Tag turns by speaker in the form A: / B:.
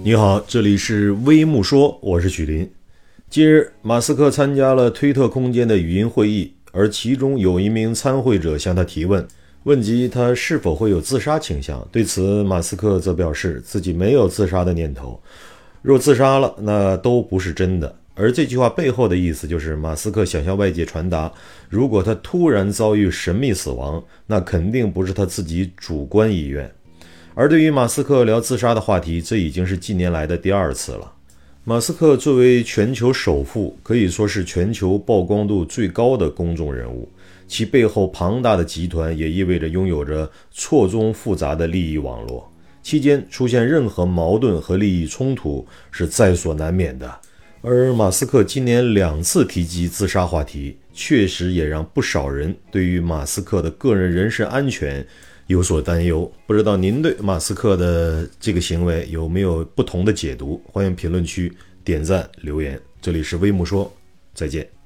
A: 你好，这里是微木说，我是许林。近日，马斯克参加了推特空间的语音会议，而其中有一名参会者向他提问，问及他是否会有自杀倾向。对此，马斯克则表示自己没有自杀的念头，若自杀了，那都不是真的。而这句话背后的意思就是，马斯克想向外界传达，如果他突然遭遇神秘死亡，那肯定不是他自己主观意愿。而对于马斯克聊自杀的话题，这已经是近年来的第二次了。马斯克作为全球首富，可以说是全球曝光度最高的公众人物，其背后庞大的集团也意味着拥有着错综复杂的利益网络，期间出现任何矛盾和利益冲突是在所难免的。而马斯克今年2次提及自杀话题，确实也让不少人对于马斯克的个人人身安全有所担忧。不知道您对马斯克的这个行为有没有不同的解读？欢迎评论区点赞留言。这里是微木说，再见。